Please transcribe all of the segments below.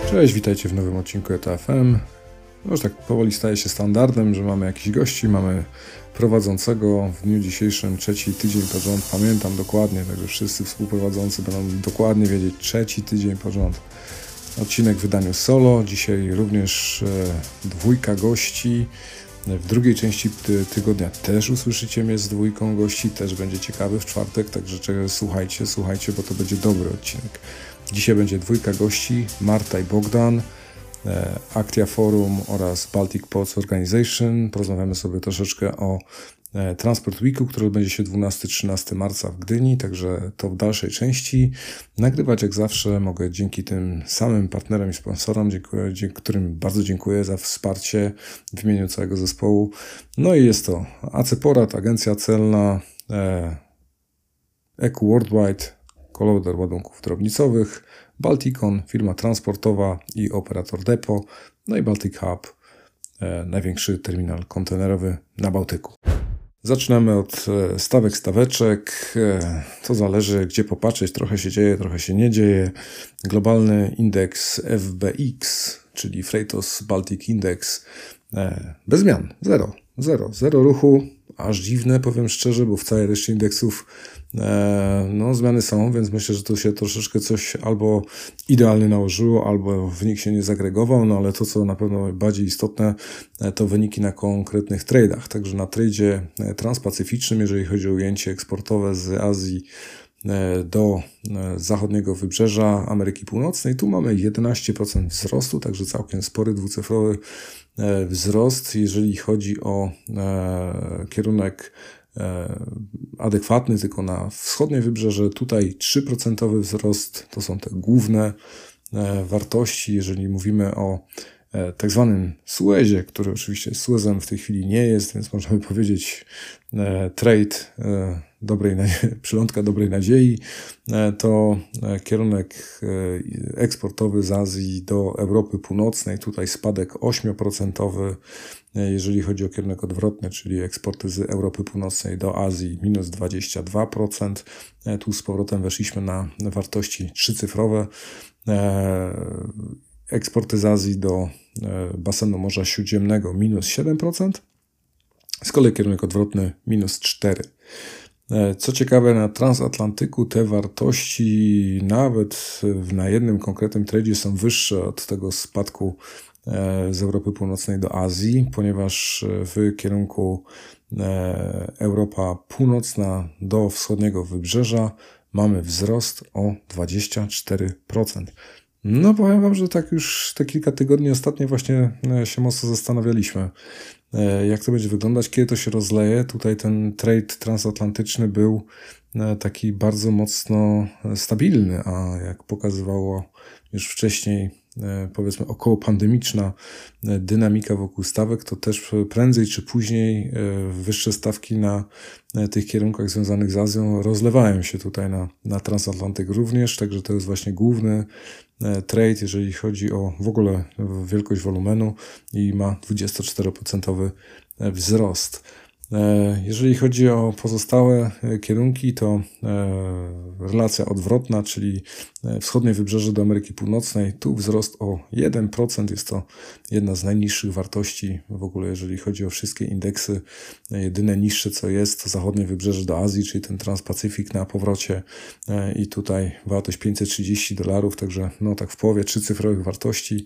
Cześć, witajcie w nowym odcinku ETA.FM. Już tak powoli staje się standardem, że mamy jakichś gości, mamy prowadzącego w dniu dzisiejszym, trzeci tydzień pod rząd. Pamiętam dokładnie, także wszyscy współprowadzący będą dokładnie wiedzieć, trzeci tydzień pod rząd. Odcinek w wydaniu solo, dzisiaj również dwójka gości. W drugiej części tygodnia też usłyszycie mnie z dwójką gości, też będzie ciekawy w czwartek, także słuchajcie, bo to będzie dobry odcinek. Dzisiaj będzie dwójka gości, Marta i Bogdan, Actia Forum oraz Baltic Ports Organization. Porozmawiamy sobie troszeczkę o Transport Weeku, który odbędzie się 12-13 marca w Gdyni, także to w dalszej części. Nagrywać jak zawsze mogę dzięki tym samym partnerom i sponsorom, dzięki którym bardzo dziękuję za wsparcie w imieniu całego zespołu. No i jest to AC Porad, agencja celna, EQ Worldwide, koloder ładunków drobnicowych, Balticon, firma transportowa i operator depo, no i Baltic Hub, największy terminal kontenerowy na Bałtyku. Zaczynamy od staweczek. To zależy, gdzie popatrzeć. Trochę się dzieje, trochę się nie dzieje. Globalny indeks FBX, czyli Freightos Baltic Index, bez zmian. Zero ruchu. Aż dziwne, powiem szczerze, bo w całej reszcie indeksów zmiany są, więc myślę, że tu się troszeczkę coś albo idealnie nałożyło, albo wynik się nie zagregował, no ale to, co na pewno bardziej istotne, to wyniki na konkretnych trade'ach. Także na trade'zie transpacyficznym, jeżeli chodzi o ujęcie eksportowe z Azji do zachodniego wybrzeża Ameryki Północnej, tu mamy 11% wzrostu, także całkiem spory dwucyfrowy wzrost. Jeżeli chodzi o kierunek adekwatny tylko na wschodnie wybrzeże, tutaj 3% wzrost, to są te główne wartości. Jeżeli mówimy o tak zwanym Suezie, który oczywiście Suezem w tej chwili nie jest, więc możemy powiedzieć trade przylądka dobrej nadziei, to kierunek eksportowy z Azji do Europy Północnej, tutaj spadek 8%, jeżeli chodzi o kierunek odwrotny, czyli eksporty z Europy Północnej do Azji minus 22%. Tu z powrotem weszliśmy na wartości trzycyfrowe. Eksporty z Azji do basenu Morza Śródziemnego minus 7%, z kolei kierunek odwrotny minus 4%. Co ciekawe, na transatlantyku te wartości nawet na jednym konkretnym tradzie są wyższe od tego spadku z Europy Północnej do Azji, ponieważ w kierunku Europa Północna do wschodniego wybrzeża mamy wzrost o 24%. No powiem wam, że tak już te kilka tygodni ostatnio właśnie się mocno zastanawialiśmy, jak to będzie wyglądać, kiedy to się rozleje. Tutaj ten trade transatlantyczny był taki bardzo mocno stabilny, a jak pokazywało już wcześniej, powiedzmy około pandemiczna dynamika wokół stawek, to też prędzej czy później wyższe stawki na tych kierunkach związanych z Azją rozlewają się tutaj na transatlantyk również, także to jest właśnie główny trade, jeżeli chodzi o w ogóle wielkość wolumenu i ma 24% wzrost. Jeżeli chodzi o pozostałe kierunki, to relacja odwrotna, czyli wschodnie wybrzeże do Ameryki Północnej, tu wzrost o 1%, jest to jedna z najniższych wartości w ogóle, jeżeli chodzi o wszystkie indeksy. Jedyne niższe co jest, to zachodnie wybrzeże do Azji, czyli ten Transpacyfik na powrocie i tutaj wartość $530, także no tak w połowie trzycyfrowych wartości.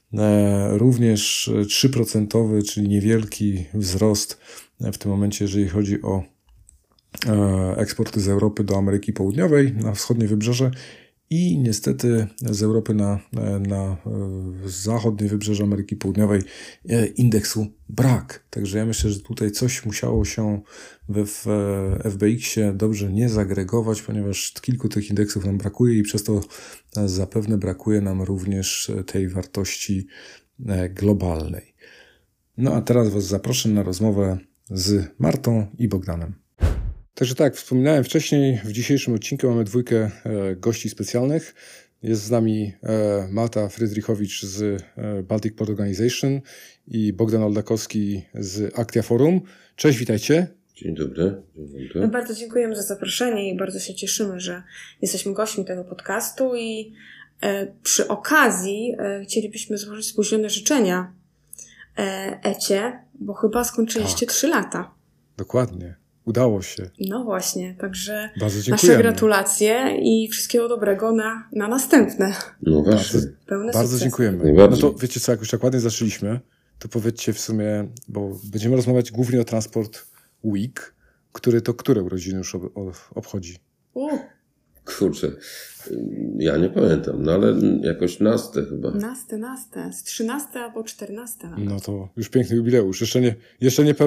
Również 3%, czyli niewielki wzrost w tym momencie, jeżeli chodzi o eksporty z Europy do Ameryki Południowej, na wschodnie wybrzeże i niestety z Europy na zachodnie wybrzeże Ameryki Południowej indeksu brak. Także ja myślę, że tutaj coś musiało się w FBX-ie dobrze nie zagregować, ponieważ kilku tych indeksów nam brakuje i przez to zapewne brakuje nam również tej wartości globalnej. No a teraz Was zaproszę na rozmowę z Martą i Bogdanem. Także tak, wspominałem wcześniej, w dzisiejszym odcinku mamy dwójkę gości specjalnych. Jest z nami Marta Frydrichowicz z Baltic Port Organization i Bogdan Oldakowski z Actia Forum. Cześć, witajcie. Dzień dobry. My bardzo dziękujemy za zaproszenie i bardzo się cieszymy, że jesteśmy gośćmi tego podcastu i Przy okazji chcielibyśmy złożyć spóźnione życzenia Ecie, bo chyba skończyliście 3 lata. Dokładnie. Udało się. No właśnie, także nasze gratulacje i wszystkiego dobrego na następne. No właśnie. Bardzo dziękujemy. No to wiecie co, jak już tak ładnie zaczęliśmy, to powiedzcie w sumie, bo będziemy rozmawiać głównie o Transport Week, które urodziny już obchodzi? Kurczę, ja nie pamiętam, no ale jakoś naste chyba. Naste. Z 13 albo 14 nawet. No to już piękny jubileusz. Jeszcze nie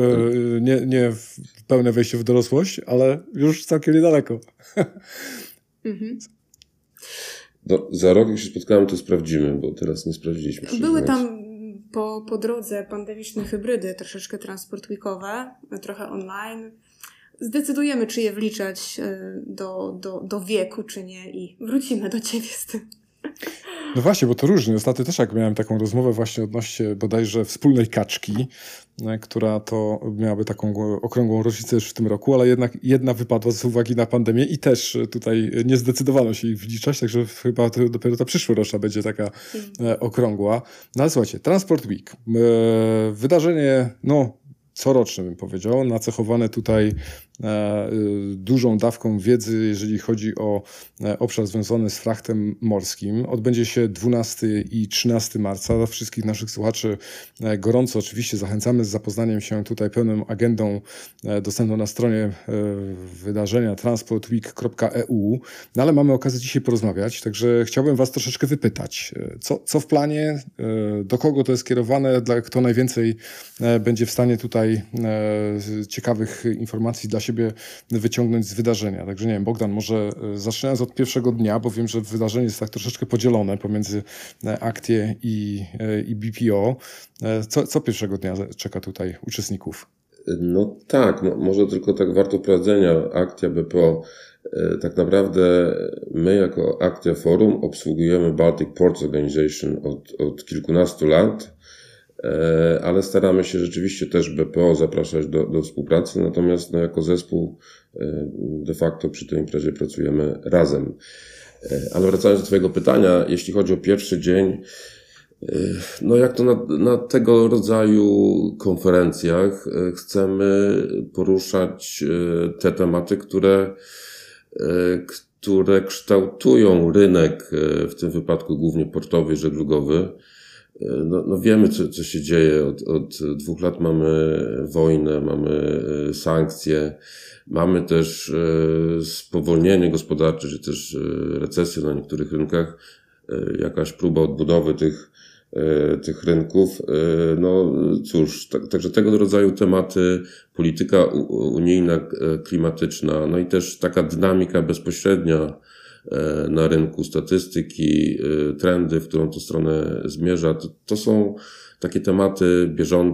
pełne wejście w dorosłość, ale już całkiem niedaleko. No, za rok, jak się spotkamy, to sprawdzimy, bo teraz nie sprawdziliśmy. Były tam po drodze pandemiczne hybrydy, troszeczkę Transport Weekowe, trochę online. Zdecydujemy, czy je wliczać do wieku, czy nie i wrócimy do Ciebie z tym. No właśnie, bo to różnie. Ostatnio też jak miałem taką rozmowę właśnie odnośnie bodajże wspólnej kaczki, która to miałaby taką okrągłą rocznicę już w tym roku, ale jednak jedna wypadła z uwagi na pandemię i też tutaj nie zdecydowano się ich wliczać, także chyba dopiero ta przyszłoroczna będzie taka okrągła. No ale słuchajcie, Transport Week. Wydarzenie, coroczne bym powiedział, nacechowane tutaj dużą dawką wiedzy, jeżeli chodzi o obszar związany z frachtem morskim. Odbędzie się 12 i 13 marca. Wszystkich naszych słuchaczy gorąco oczywiście zachęcamy z zapoznaniem się tutaj pełną agendą dostępną na stronie wydarzenia transportweek.eu. No ale mamy okazję dzisiaj porozmawiać, także chciałbym Was troszeczkę wypytać, co w planie, do kogo to jest skierowane, kto najwięcej będzie w stanie tutaj ciekawych informacji dla siebie wyciągnąć z wydarzenia. Także nie wiem, Bogdan, może zaczynając od pierwszego dnia, bo wiem, że wydarzenie jest tak troszeczkę podzielone pomiędzy Actię i BPO. Co pierwszego dnia czeka tutaj uczestników? No tak, może tylko tak warto wprowadzenia Actia BPO. Tak naprawdę my jako Actia Forum obsługujemy Baltic Ports Organization od kilkunastu lat, ale staramy się rzeczywiście też BPO zapraszać do współpracy, natomiast jako zespół de facto przy tej imprezie pracujemy razem. Ale wracając do Twojego pytania, jeśli chodzi o pierwszy dzień, jak to na tego rodzaju konferencjach chcemy poruszać te tematy, które kształtują rynek, w tym wypadku głównie portowy i żeglugowy. Wiemy, co się dzieje. Od 2 lat mamy wojnę, mamy sankcje, mamy też spowolnienie gospodarcze, czy też recesję na niektórych rynkach, jakaś próba odbudowy tych rynków. Także tego rodzaju tematy, polityka unijna, klimatyczna, i też taka dynamika bezpośrednia na rynku, statystyki, trendy, w którą to stronę zmierza. To są takie tematy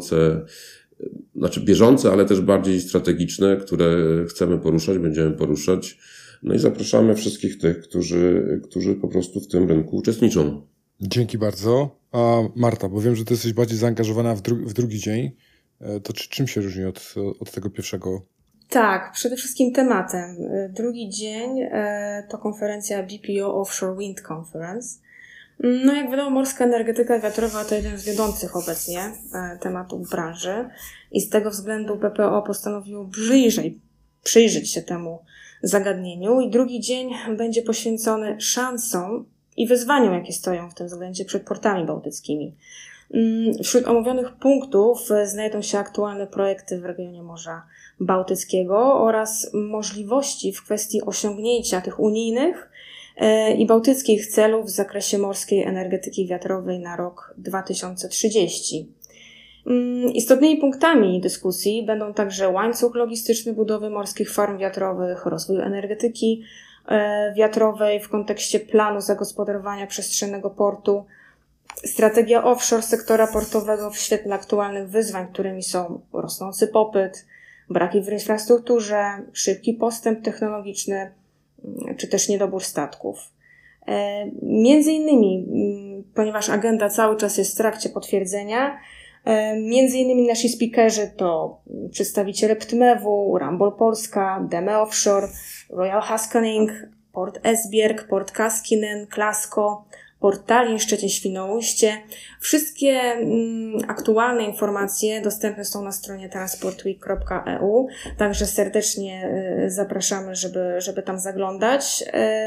bieżące, ale też bardziej strategiczne, które chcemy poruszać, będziemy poruszać. I zapraszamy wszystkich tych, którzy po prostu w tym rynku uczestniczą. Dzięki bardzo. A Marta, bo wiem, że ty jesteś bardziej zaangażowana w drugi dzień, to czym się różni od tego pierwszego? Tak, przede wszystkim tematem. Drugi dzień to konferencja BPO Offshore Wind Conference. Jak wiadomo, morska energetyka wiatrowa to jeden z wiodących obecnie tematów branży i z tego względu BPO postanowiło bliżej przyjrzeć się temu zagadnieniu i drugi dzień będzie poświęcony szansom i wyzwaniom, jakie stoją w tym względzie przed portami bałtyckimi. Wśród omówionych punktów znajdą się aktualne projekty w regionie Morza Bałtyckiego oraz możliwości w kwestii osiągnięcia tych unijnych i bałtyckich celów w zakresie morskiej energetyki wiatrowej na rok 2030. Istotnymi punktami dyskusji będą także łańcuch logistyczny budowy morskich farm wiatrowych, rozwój energetyki wiatrowej w kontekście planu zagospodarowania przestrzennego portu, strategia offshore sektora portowego w świetle aktualnych wyzwań, którymi są rosnący popyt, braki w infrastrukturze, szybki postęp technologiczny, czy też niedobór statków. Między innymi, ponieważ agenda cały czas jest w trakcie potwierdzenia, między innymi nasi speakerzy to przedstawiciele PTMEW-u, Ramboll Polska, DEME Offshore, Royal Haskoning Port Esbjerg, Port Kaskinen, Klasko, Port Tallinn, Szczecin-Świnoujście. Wszystkie aktualne informacje dostępne są na stronie transportweek.eu, także serdecznie zapraszamy, żeby tam zaglądać.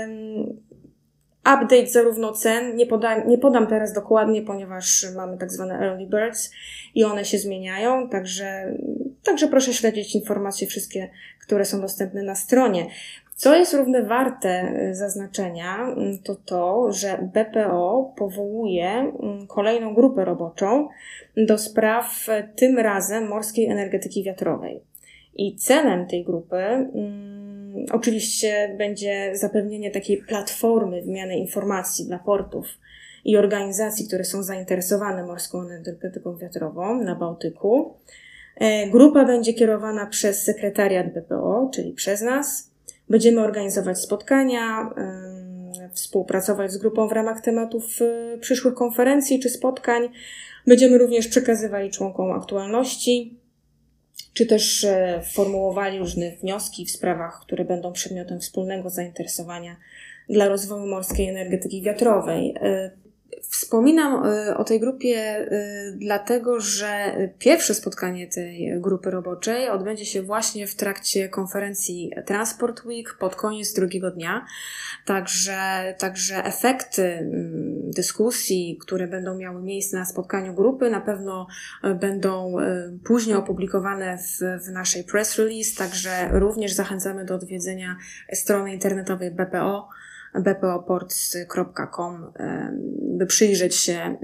Update zarówno cen, nie podam teraz dokładnie, ponieważ mamy tak zwane early birds i one się zmieniają, także proszę śledzić informacje wszystkie, które są dostępne na stronie. Co jest równie warte zaznaczenia, to, że BPO powołuje kolejną grupę roboczą do spraw tym razem morskiej energetyki wiatrowej. I celem tej grupy oczywiście będzie zapewnienie takiej platformy wymiany informacji dla portów i organizacji, które są zainteresowane morską energetyką wiatrową na Bałtyku. Grupa będzie kierowana przez sekretariat BPO, czyli przez nas. Będziemy organizować spotkania, współpracować z grupą w ramach tematów przyszłych konferencji czy spotkań. Będziemy również przekazywali członkom aktualności, czy też formułowali różne wnioski w sprawach, które będą przedmiotem wspólnego zainteresowania dla rozwoju morskiej energetyki wiatrowej. Wspominam o tej grupie dlatego, że pierwsze spotkanie tej grupy roboczej odbędzie się właśnie w trakcie konferencji Transport Week pod koniec drugiego dnia. Także efekty dyskusji, które będą miały miejsce na spotkaniu grupy, na pewno będą później opublikowane w naszej press release, także również zachęcamy do odwiedzenia strony internetowej BPO, bpoports.com, by przyjrzeć się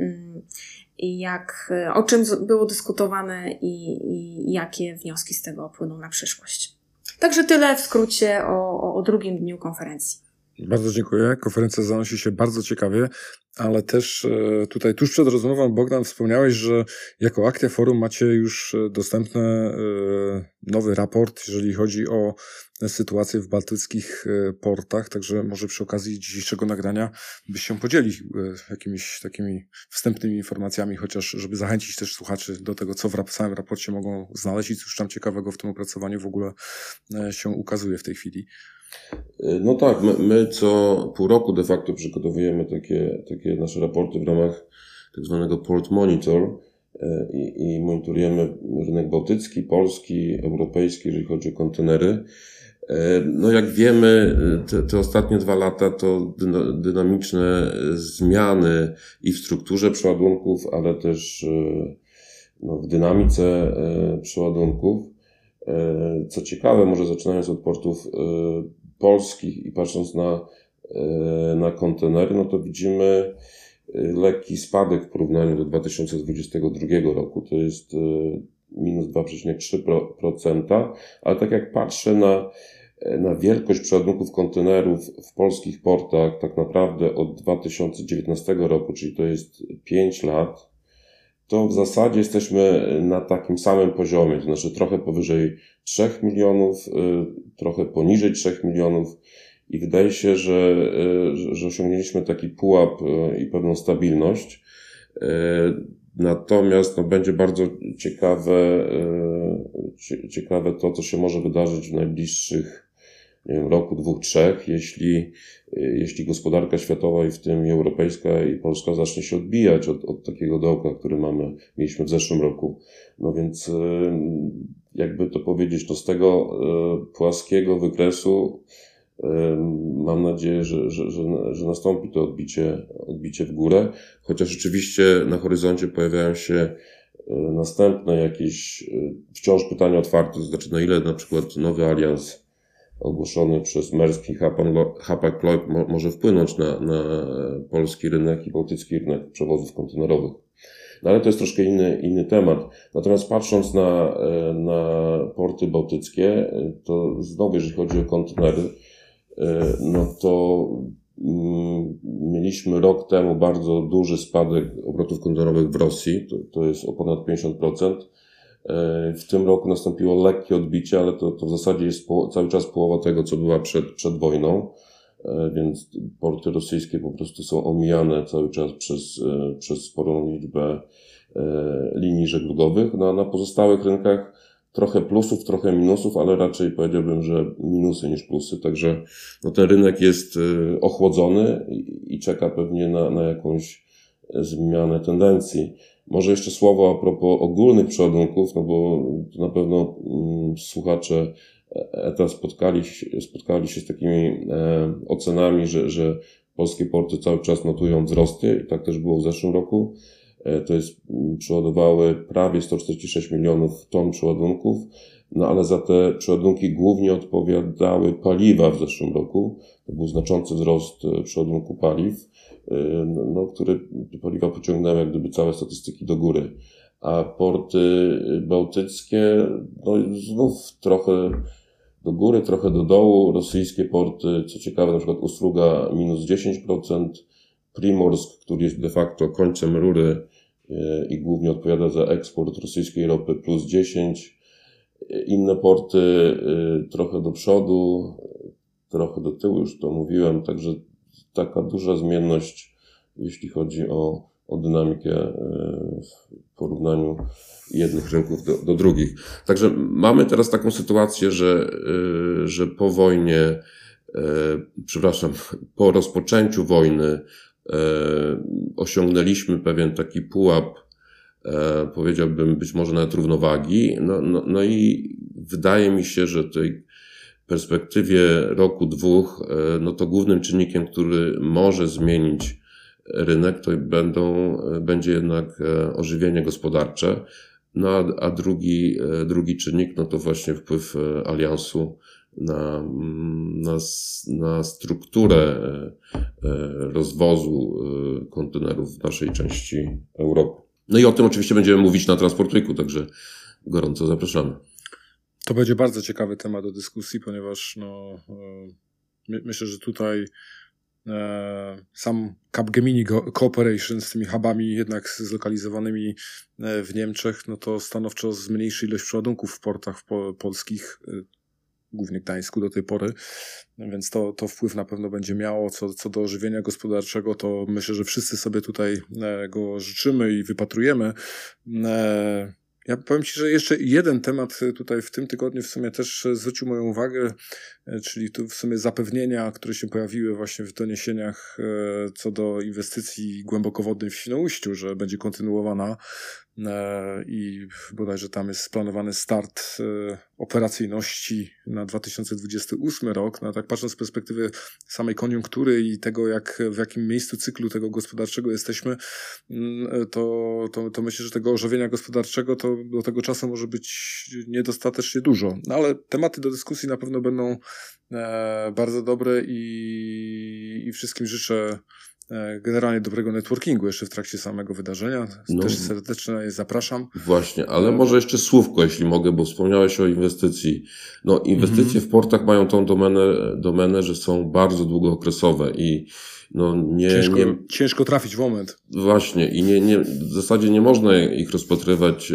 o czym było dyskutowane i jakie wnioski z tego płyną na przyszłość. Także tyle w skrócie o drugim dniu konferencji. Bardzo dziękuję. Konferencja zanosi się bardzo ciekawie, ale też tutaj tuż przed rozmową, Bogdan, wspomniałeś, że jako Aktia Forum macie już dostępny nowy raport, jeżeli chodzi o sytuację w bałtyckich portach, także może przy okazji dzisiejszego nagrania byś się podzielił jakimiś takimi wstępnymi informacjami, chociaż żeby zachęcić też słuchaczy do tego, co w samym raporcie mogą znaleźć i cóż tam ciekawego w tym opracowaniu w ogóle się ukazuje w tej chwili. No tak, my co pół roku de facto przygotowujemy takie nasze raporty w ramach tak zwanego Port Monitor i monitorujemy rynek bałtycki, polski, europejski, jeżeli chodzi o kontenery. No jak wiemy, te ostatnie 2 lata to dynamiczne zmiany i w strukturze przeładunków, ale też w dynamice przeładunków. Co ciekawe, może zaczynając od portów polskich i patrząc na kontenery, no to widzimy lekki spadek w porównaniu do 2022 roku. To jest minus 2,3%, ale tak jak patrzę na wielkość przeładunków kontenerów w polskich portach, tak naprawdę od 2019 roku, czyli to jest 5 lat, to w zasadzie jesteśmy na takim samym poziomie, to znaczy trochę powyżej 3 milionów, trochę poniżej 3 milionów i wydaje się, że osiągnęliśmy taki pułap i pewną stabilność. Natomiast będzie bardzo ciekawe to, co się może wydarzyć w najbliższych roku, 2, 3, jeśli gospodarka światowa i w tym i europejska i polska zacznie się odbijać od takiego dołka, który mieliśmy w zeszłym roku. No więc jakby to powiedzieć, to z tego płaskiego wykresu mam nadzieję, że nastąpi to odbicie w górę, chociaż oczywiście na horyzoncie pojawiają się następne jakieś wciąż pytania otwarte, to znaczy na ile na przykład nowy alians ogłoszony przez Maersk i Hapag-Lloyd może wpłynąć na polski rynek i bałtycki rynek przewozów kontenerowych. No ale to jest troszkę inny temat. Natomiast patrząc na porty bałtyckie, to znowu jeżeli chodzi o kontenery, no to mieliśmy rok temu bardzo duży spadek obrotów kontenerowych w Rosji, to jest o ponad 50%. W tym roku nastąpiło lekkie odbicie, ale to w zasadzie jest cały czas połowa tego, co była przed wojną, więc porty rosyjskie po prostu są omijane cały czas przez sporą liczbę linii żeglugowych. Na pozostałych rynkach trochę plusów, trochę minusów, ale raczej powiedziałbym, że minusy niż plusy. Także no, ten rynek jest ochłodzony i czeka pewnie na jakąś zmianę tendencji. Może jeszcze słowo a propos ogólnych przeładunków, no bo na pewno słuchacze ETA spotkali się z takimi ocenami, że polskie porty cały czas notują wzrosty i tak też było w zeszłym roku. To jest, przeładowały prawie 146 milionów ton przeładunków, no ale za te przeładunki głównie odpowiadały paliwa w zeszłym roku. To był znaczący wzrost przeładunku paliw, no, które paliwa pociągnęły jak gdyby całe statystyki do góry. A porty bałtyckie, no znów trochę do góry, trochę do dołu. Rosyjskie porty, co ciekawe, na przykład usługa minus 10%, Primorsk, który jest de facto końcem rury i głównie odpowiada za eksport rosyjskiej ropy, plus 10%. Inne porty trochę do przodu, trochę do tyłu, już to mówiłem, także taka duża zmienność, jeśli chodzi o dynamikę w porównaniu jednych rynków do drugich. Także mamy teraz taką sytuację, że po wojnie, po rozpoczęciu wojny osiągnęliśmy pewien taki pułap, powiedziałbym być może nawet równowagi, no i wydaje mi się, że w tej perspektywie roku, dwóch, no to głównym czynnikiem, który może zmienić rynek, to będzie jednak ożywienie gospodarcze, no a drugi czynnik, no to właśnie wpływ aliansu na strukturę rozwozu kontenerów w naszej części Europy. No i o tym oczywiście będziemy mówić na Transport Weeku, także gorąco zapraszamy. To będzie bardzo ciekawy temat do dyskusji, ponieważ myślę, że tutaj sam Capgemini Cooperation z tymi hubami jednak zlokalizowanymi w Niemczech, no to stanowczo zmniejszy ilość przeładunków w portach polskich, głównie Gdańsku do tej pory, więc to wpływ na pewno będzie miało. Co do ożywienia gospodarczego, to myślę, że wszyscy sobie tutaj go życzymy i wypatrujemy. Ja powiem Ci, że jeszcze jeden temat tutaj w tym tygodniu w sumie też zwrócił moją uwagę, czyli tu w sumie zapewnienia, które się pojawiły właśnie w doniesieniach co do inwestycji głębokowodnej w Świnoujściu, że będzie kontynuowana i bodajże tam jest planowany start operacyjności na 2028 rok. No tak patrząc z perspektywy samej koniunktury i tego, w jakim miejscu cyklu tego gospodarczego jesteśmy, to myślę, że tego ożywienia gospodarczego to do tego czasu może być niedostatecznie dużo. No ale tematy do dyskusji na pewno będą bardzo dobre i wszystkim życzę generalnie dobrego networkingu jeszcze w trakcie samego wydarzenia. Też serdecznie zapraszam. Właśnie, ale może jeszcze słówko, jeśli mogę, bo wspomniałeś o inwestycji. No, inwestycje w portach mają tą domenę, że są bardzo długookresowe i ciężko trafić w moment. Właśnie i w zasadzie nie można ich rozpatrywać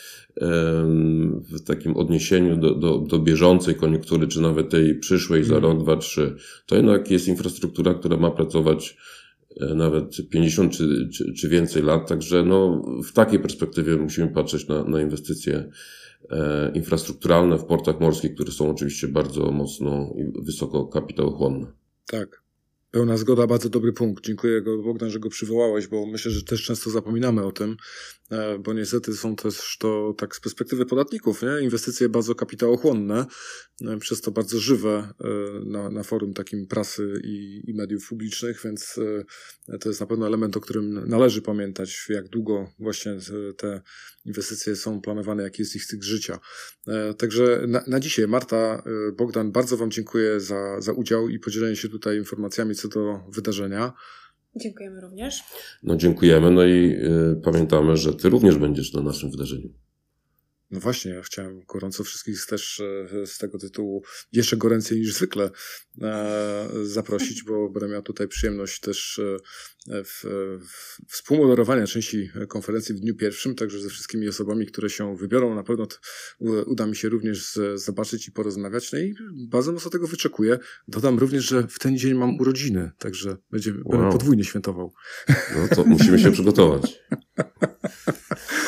w takim odniesieniu do bieżącej koniunktury, czy nawet tej przyszłej za rok, 2, 3. To jednak jest infrastruktura, która ma pracować nawet 50 czy więcej lat, także w takiej perspektywie musimy patrzeć na inwestycje infrastrukturalne w portach morskich, które są oczywiście bardzo mocno i wysoko kapitałochłonne. Tak. Pełna zgoda, bardzo dobry punkt. Dziękuję Bogdan, że go przywołałeś, bo myślę, że też często zapominamy o tym, bo niestety są też to tak z perspektywy podatników, nie? Inwestycje bardzo kapitałochłonne, przez to bardzo żywe na forum takim prasy i mediów publicznych, więc to jest na pewno element, o którym należy pamiętać, jak długo właśnie te inwestycje są planowane, jaki jest ich cykl życia. Także na dzisiaj, Marta, Bogdan, bardzo Wam dziękuję za udział i podzielenie się tutaj informacjami co do wydarzenia. Dziękujemy również. Dziękujemy, i pamiętamy, że Ty również będziesz na naszym wydarzeniu. No właśnie, ja chciałem gorąco wszystkich też z tego tytułu jeszcze goręcej niż zwykle zaprosić, bo będę miał tutaj przyjemność też współmoderowania części konferencji w dniu pierwszym, także ze wszystkimi osobami, które się wybiorą. Na pewno uda mi się również zobaczyć i porozmawiać. No i bardzo mocno tego wyczekuję. Dodam również, że w ten dzień mam urodziny, także będę podwójnie świętował. No to musimy się przygotować.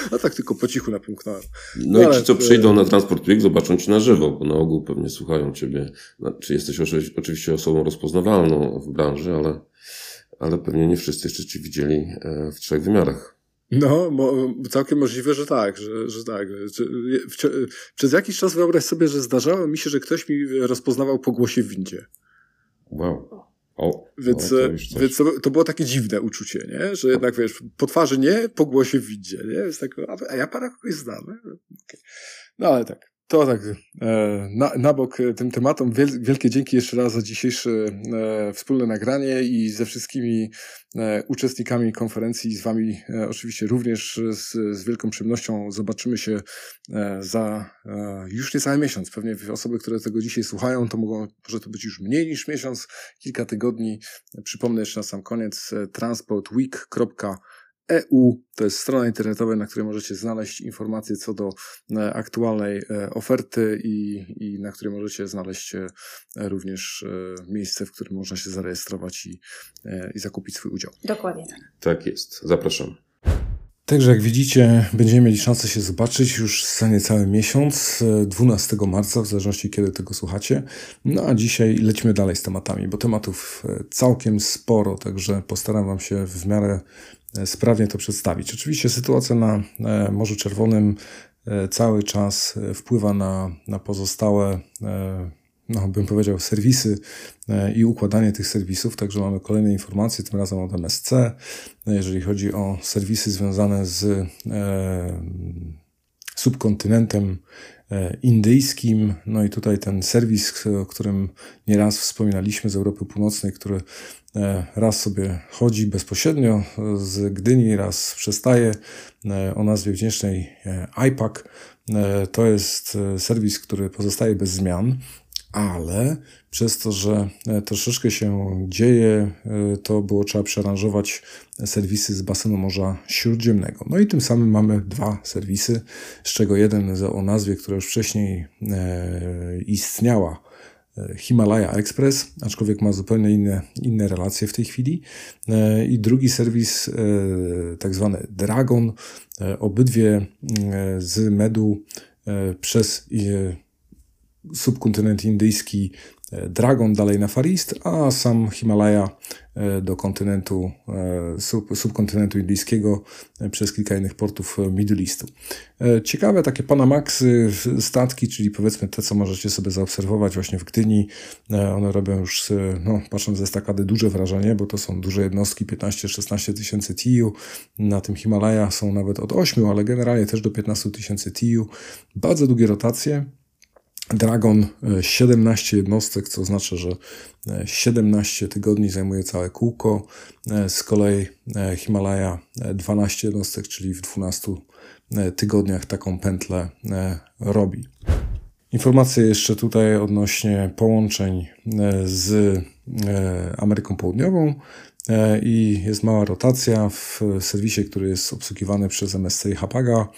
No tak tylko po cichu napomknąłem. No i ci, co przyjdą na Transport Week, zobaczą cię na żywo, bo na ogół pewnie słuchają ciebie. Czy jesteś oczywiście osobą rozpoznawalną w branży, ale pewnie nie wszyscy jeszcze cię widzieli w 3 wymiarach. No, całkiem możliwe, że tak, że tak. Przez jakiś czas wyobraź sobie, że zdarzało mi się, że ktoś mi rozpoznawał po głosie w windzie. Wow. Więc to było takie dziwne uczucie, nie? Że jednak, wiesz, po twarzy nie, po głosie w windzie, nie? Jest tak, a ja pana kogoś znam. Okay. No ale tak. To tak, na bok tym tematom. Wielkie dzięki jeszcze raz za dzisiejsze wspólne nagranie i ze wszystkimi uczestnikami konferencji, z wami oczywiście również z wielką przyjemnością zobaczymy się za już niecały miesiąc. Pewnie osoby, które tego dzisiaj słuchają, to może to być już mniej niż miesiąc, kilka tygodni. Przypomnę jeszcze na sam koniec, transportweek.eu to jest strona internetowa, na której możecie znaleźć informacje co do aktualnej oferty i na której możecie znaleźć również miejsce, w którym można się zarejestrować i zakupić swój udział. Dokładnie tak. Tak jest. Zapraszam. Także jak widzicie, będziemy mieli szansę się zobaczyć już za niecały miesiąc, 12 marca, w zależności kiedy tego słuchacie. No a dzisiaj lecimy dalej z tematami, bo tematów całkiem sporo, także postaram wam się w miarę sprawnie to przedstawić. Oczywiście sytuacja na Morzu Czerwonym cały czas wpływa na pozostałe, no bym powiedział, serwisy i układanie tych serwisów, także mamy kolejne informacje, tym razem od MSC, jeżeli chodzi o serwisy związane z subkontynentem indyjskim. No i tutaj ten serwis, o którym nieraz wspominaliśmy, z Europy Północnej, który raz sobie chodzi bezpośrednio z Gdyni, raz przestaje, o nazwie wdzięcznej IPAC. To jest serwis, który pozostaje bez zmian, ale przez to, że troszeczkę się dzieje, to było trzeba przearanżować serwisy z basenu Morza Śródziemnego. No i tym samym mamy 2 serwisy, z czego jeden o nazwie, która już wcześniej istniała, Himalaya Express, aczkolwiek ma zupełnie inne relacje w tej chwili. I drugi serwis, tak zwany Dragon, obydwie z Medu przez subkontynent indyjski Dragon dalej na Far East, a sam Himalaya do kontynentu, subkontynentu indyjskiego przez kilka innych portów Middle Eastu. Ciekawe takie Panamaxy, statki, czyli powiedzmy te, co możecie sobie zaobserwować właśnie w Gdyni. One robią już, no, patrząc z estakady, duże wrażenie, bo to są duże jednostki, 15-16 tysięcy TEU. Na tym Himalaya są nawet od 8, ale generalnie też do 15 tysięcy TEU. Bardzo długie rotacje. Dragon 17 jednostek, co oznacza, że 17 tygodni zajmuje całe kółko. Z kolei Himalaya 12 jednostek, czyli w 12 tygodniach taką pętlę robi. Informacje jeszcze tutaj odnośnie połączeń z Ameryką Południową. I jest mała rotacja w serwisie, który jest obsługiwany przez MSC i Hapaga.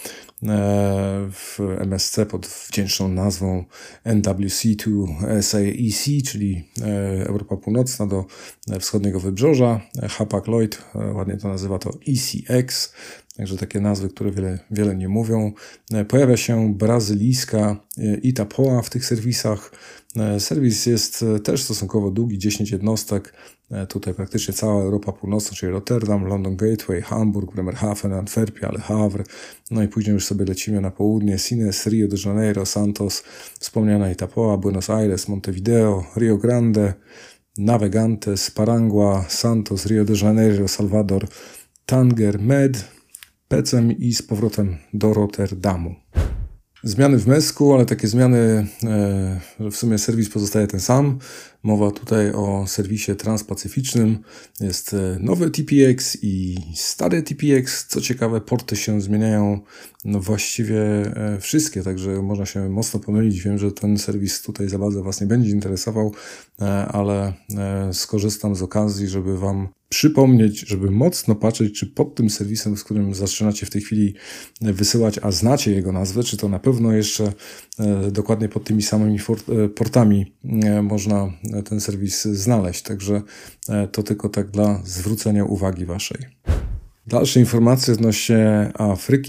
W MSC pod wdzięczną nazwą NWC to SAEC, czyli Europa Północna do wschodniego wybrzeża. Hapag-Lloyd ładnie to nazywa to ECX. Także takie nazwy, które wiele nie mówią. Pojawia się brazylijska Itapoa w tych serwisach. Serwis jest też stosunkowo długi, 10 jednostek. Tutaj praktycznie cała Europa Północna, czyli Rotterdam, London Gateway, Hamburg, Bremerhaven, Antwerpia, Le Havre. No i później już sobie lecimy na południe. Sines, Rio de Janeiro, Santos, wspomniana Itapoa, Buenos Aires, Montevideo, Rio Grande, Navegantes, Parangua, Santos, Rio de Janeiro, Salvador, Tanger, Med, Pecem i z powrotem do Rotterdamu. Zmiany w MESK-u, ale takie zmiany, że w sumie serwis pozostaje ten sam. Mowa tutaj o serwisie transpacyficznym. Jest nowy TPX i stary TPX. Co ciekawe, porty się zmieniają właściwie wszystkie, także można się mocno pomylić. Wiem, że ten serwis tutaj za bardzo Was nie będzie interesował, ale skorzystam z okazji, żeby Wam przypomnieć, żeby mocno patrzeć, czy pod tym serwisem, z którym zaczynacie w tej chwili wysyłać, a znacie jego nazwę, czy to na pewno jeszcze dokładnie pod tymi samymi portami można ten serwis znaleźć. Także to tylko tak dla zwrócenia uwagi Waszej. Dalsze informacje odnośnie Afryki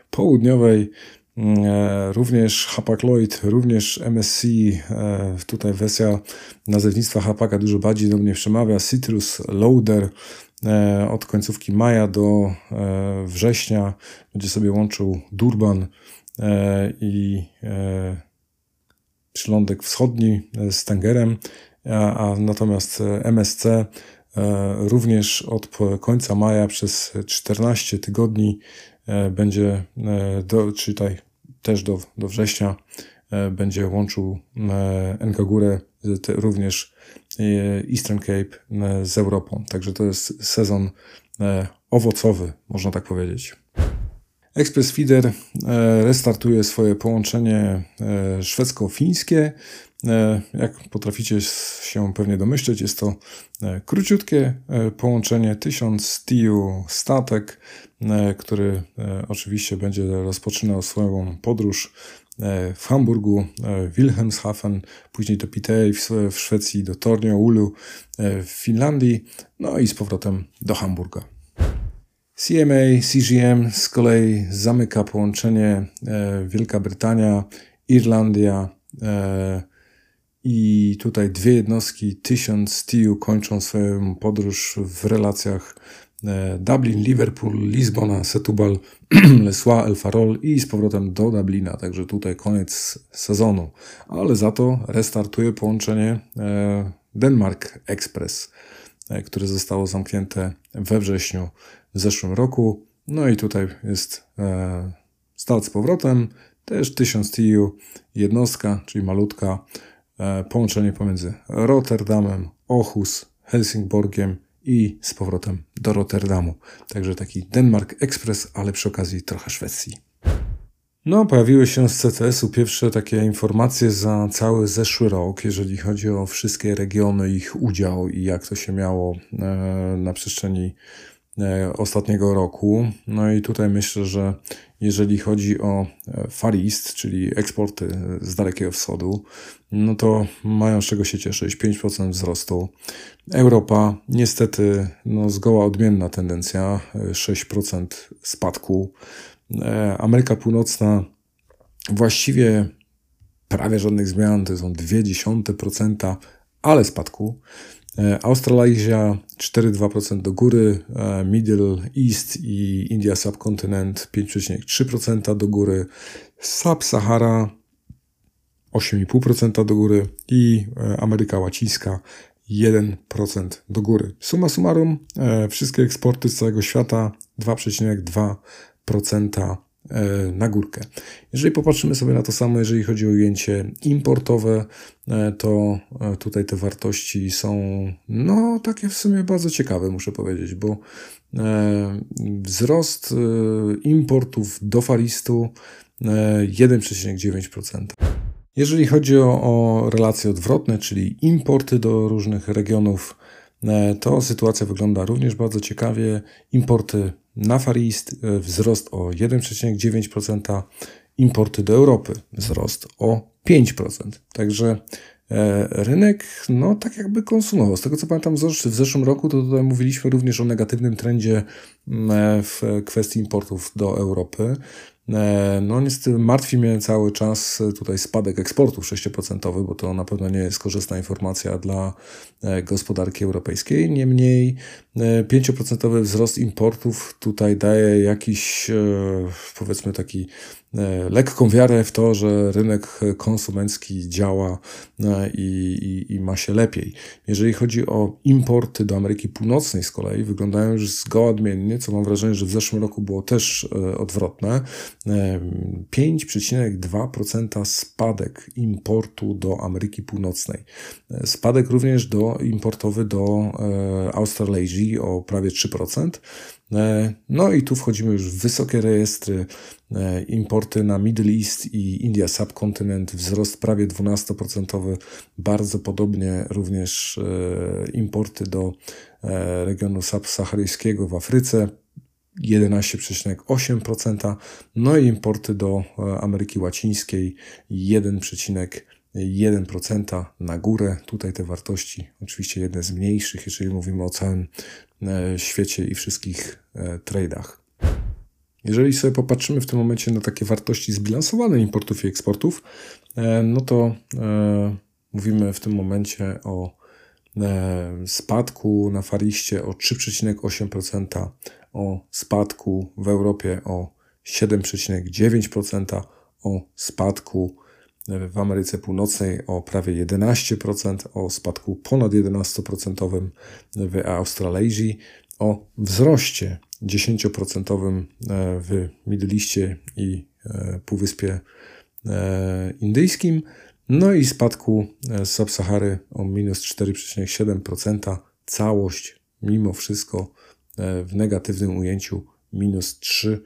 Południowej. Również Hapag-Lloyd, również MSC, tutaj wersja nazewnictwa Hapag dużo bardziej do mnie przemawia, Citrus Loader od końcówki maja do września będzie sobie łączył Durban i przylądek wschodni z Tangerem, a natomiast MSC również od końca maja przez 14 tygodni będzie, czyli tutaj też do września, będzie łączył Ngagurę, również Eastern Cape z Europą. Także to jest sezon owocowy, można tak powiedzieć. Express Feeder restartuje swoje połączenie szwedzko-fińskie. Jak potraficie się pewnie domyśleć, jest to króciutkie połączenie 1000 TEU statek, który oczywiście będzie rozpoczynał swoją podróż w Hamburgu, Wilhelmshaven, później do Piteå w Szwecji, do Tornio, Oulu w Finlandii, no i z powrotem do Hamburga. CMA CGM z kolei zamyka połączenie Wielka Brytania, Irlandia i tutaj dwie jednostki 1000 TEU kończą swoją podróż w relacjach Dublin, Liverpool, Lizbona, Setúbal, Les Soix, El Farol i z powrotem do Dublina. Także tutaj koniec sezonu. Ale za to restartuje połączenie Denmark Express, które zostało zamknięte we wrześniu w zeszłym roku. No i tutaj jest start z powrotem. Też 1000 TEU, jednostka, czyli malutka, połączenie pomiędzy Rotterdamem, Aarhus, Helsingborgiem i z powrotem do Rotterdamu. Także taki Denmark Express, ale przy okazji trochę Szwecji. No, pojawiły się z CTS-u pierwsze takie informacje za cały zeszły rok, jeżeli chodzi o wszystkie regiony, ich udział i jak to się miało na przestrzeni ostatniego roku. No i tutaj myślę, że jeżeli chodzi o Far East, czyli eksporty z Dalekiego Wschodu, no to mają z czego się cieszyć, 5% wzrostu. Europa niestety zgoła odmienna tendencja, 6% spadku. Ameryka Północna właściwie prawie żadnych zmian, to są 0,2%, ale spadku. Australazja 4,2% do góry, Middle East i India Subcontinent 5,3% do góry, Sub-Sahara 8,5% do góry i Ameryka Łacińska 1% do góry. Summa summarum, wszystkie eksporty z całego świata 2,2% na górkę. Jeżeli popatrzymy sobie na to samo, jeżeli chodzi o ujęcie importowe, to tutaj te wartości są takie w sumie bardzo ciekawe, muszę powiedzieć, bo wzrost importów do Far Eastu 1,9%. Jeżeli chodzi o relacje odwrotne, czyli importy do różnych regionów, to sytuacja wygląda również bardzo ciekawie. Importy na Far East wzrost o 1,9%, importy do Europy wzrost o 5%. Także rynek tak jakby konsumował. Z tego co pamiętam w zeszłym roku, to tutaj mówiliśmy również o negatywnym trendzie w kwestii importów do Europy. Niestety martwi mnie cały czas tutaj spadek eksportów 6%, bo to na pewno nie jest korzystna informacja dla gospodarki europejskiej. Niemniej 5% wzrost importów tutaj daje jakiś, powiedzmy taki lekką wiarę w to, że rynek konsumencki działa i ma się lepiej. Jeżeli chodzi o importy do Ameryki Północnej z kolei, wyglądają już zgoła odmiennie, co mam wrażenie, że w zeszłym roku było też odwrotne. 5,2% spadek importu do Ameryki Północnej. Spadek również importowy do Australazji o prawie 3%. No i tu wchodzimy już w wysokie rejestry. Importy na Middle East i India Subcontinent, wzrost prawie 12%. Bardzo podobnie również importy do regionu subsaharyjskiego w Afryce 11,8%. No i importy do Ameryki Łacińskiej 1,1% na górę. Tutaj te wartości oczywiście jedne z mniejszych, jeżeli mówimy o całym świecie i wszystkich trade'ach. Jeżeli sobie popatrzymy w tym momencie na takie wartości zbilansowane importów i eksportów, no to mówimy w tym momencie o spadku na Far Eastie o 3,8%, o spadku w Europie o 7,9%, o spadku w Ameryce Północnej o prawie 11%, o spadku ponad 11% w Australazji, o wzroście 10% w Middle Eastie i Półwyspie Indyjskim, no i spadku z Sub-Sahary o minus 4,7%. Całość mimo wszystko w negatywnym ujęciu minus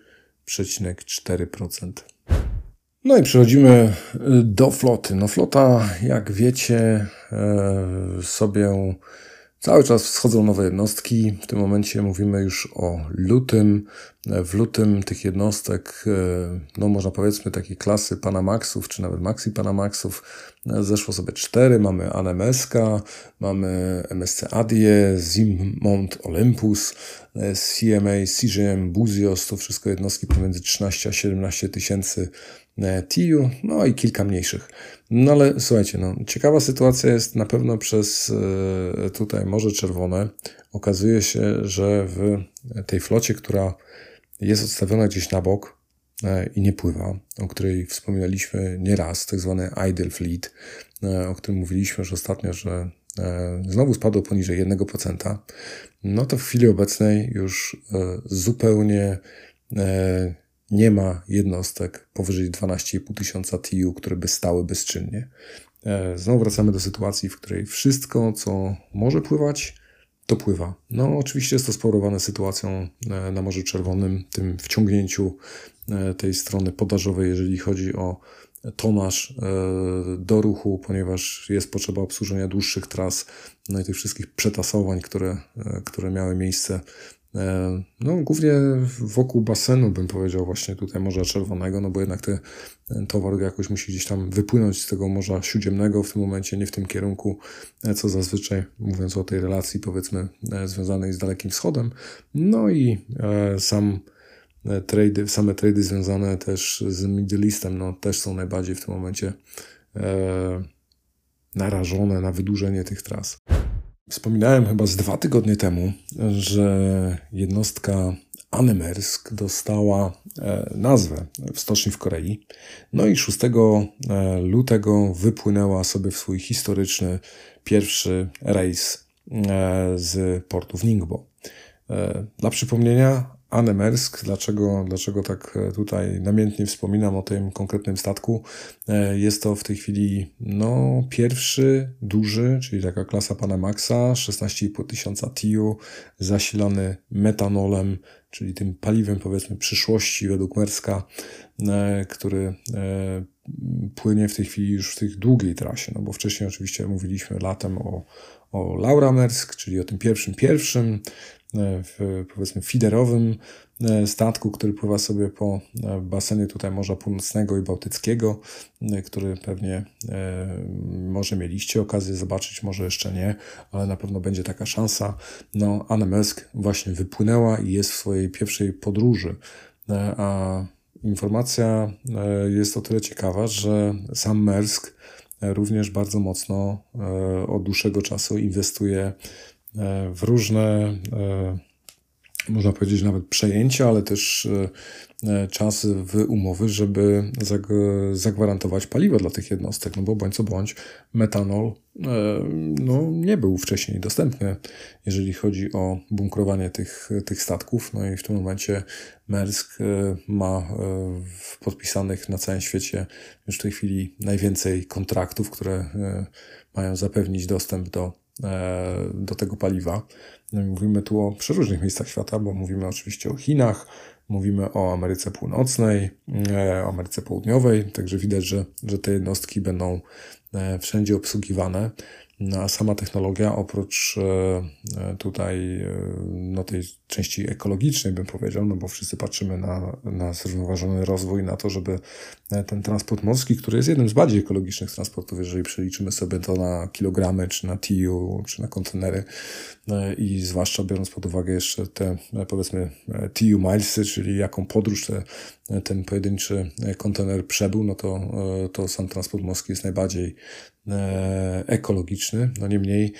3,4%. No i przechodzimy do floty. No flota, jak wiecie, sobie cały czas wschodzą nowe jednostki. W tym momencie mówimy już o lutym. W lutym tych jednostek, no można powiedzmy takiej klasy Panamaxów, czy nawet Maxi Panamaxów, zeszło sobie 4. Mamy ANMS-ka, mamy MSC Adie, Zim Mount Olympus, CMA, CGM, Buzios, to wszystko jednostki pomiędzy 13 a 17 tysięcy TIU, no i kilka mniejszych. No ale słuchajcie, no, ciekawa sytuacja jest na pewno przez tutaj Morze Czerwone. Okazuje się, że w tej flocie, która jest odstawiona gdzieś na bok i nie pływa, o której wspominaliśmy nieraz, tak zwany idle fleet, o którym mówiliśmy już ostatnio, że znowu spadło poniżej 1%, no to w chwili obecnej już zupełnie nie ma jednostek powyżej 12,5 tysiąca TIU, które by stały bezczynnie. Znowu wracamy do sytuacji, w której wszystko, co może pływać, to pływa. No oczywiście jest to spowodowane sytuacją na Morzu Czerwonym, tym wciągnięciu tej strony podażowej, jeżeli chodzi o tonaż do ruchu, ponieważ jest potrzeba obsłużenia dłuższych tras, no i tych wszystkich przetasowań, które miały miejsce no głównie wokół basenu, bym powiedział, właśnie tutaj Morza Czerwonego, no bo jednak ten towar jakoś musi gdzieś tam wypłynąć z tego Morza Śródziemnego w tym momencie, nie w tym kierunku, co zazwyczaj, mówiąc o tej relacji, powiedzmy, związanej z Dalekim Wschodem. No i same trady związane też z Middle Eastem, no też są najbardziej w tym momencie narażone na wydłużenie tych tras. Wspominałem chyba z 2 tygodnie temu, że jednostka Anemersk dostała nazwę w stoczni w Korei. No i 6 lutego wypłynęła sobie w swój historyczny pierwszy rejs z portu w Ningbo. Dla przypomnienia, Anemersk, dlaczego tak tutaj namiętnie wspominam o tym konkretnym statku? Jest to w tej chwili pierwszy duży, czyli taka klasa Panamaxa, 16,5 tysiąca TIU, zasilany metanolem, czyli tym paliwem, powiedzmy, przyszłości według Maerska, który płynie w tej chwili już w tej długiej trasie, no bo wcześniej oczywiście mówiliśmy latem o Laura Maersk, czyli o tym pierwszym powiedzmy feederowym statku, który pływa sobie po basenie tutaj Morza Północnego i Bałtyckiego, który pewnie może mieliście okazję zobaczyć, może jeszcze nie, ale na pewno będzie taka szansa. No, Anemersk właśnie wypłynęła i jest w swojej pierwszej podróży, a informacja jest o tyle ciekawa, że sam Maersk również bardzo mocno od dłuższego czasu inwestuje w różne, można powiedzieć nawet przejęcia, ale też czasy w umowy, żeby zagwarantować paliwo dla tych jednostek, no bo bądź co bądź metanol nie był wcześniej dostępny, jeżeli chodzi o bunkrowanie tych statków. No i w tym momencie Maersk ma podpisanych na całym świecie już w tej chwili najwięcej kontraktów, które mają zapewnić dostęp do tego paliwa. No, mówimy tu o przeróżnych miejscach świata, bo mówimy oczywiście o Chinach, mówimy o Ameryce Północnej, o Ameryce Południowej, także widać, że te jednostki będą wszędzie obsługiwane. No, a sama technologia oprócz tutaj tej części ekologicznej, bym powiedział, no bo wszyscy patrzymy na zrównoważony rozwój, na to, żeby ten transport morski, który jest jednym z bardziej ekologicznych transportów, jeżeli przeliczymy sobie to na kilogramy, czy na TEU, czy na kontenery i zwłaszcza biorąc pod uwagę jeszcze te, powiedzmy, TEU milesy, czyli jaką podróż ten pojedynczy kontener przebył, no to sam transport morski jest najbardziej ekologiczny. No niemniej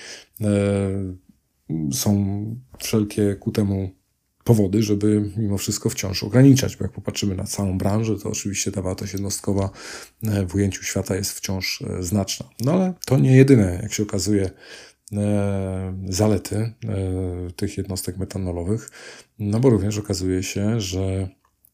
są wszelkie ku temu powody, żeby mimo wszystko wciąż ograniczać, bo jak popatrzymy na całą branżę, to oczywiście ta wartość jednostkowa w ujęciu świata jest wciąż znaczna. No ale to nie jedyne, jak się okazuje, zalety tych jednostek metanolowych, no bo również okazuje się, że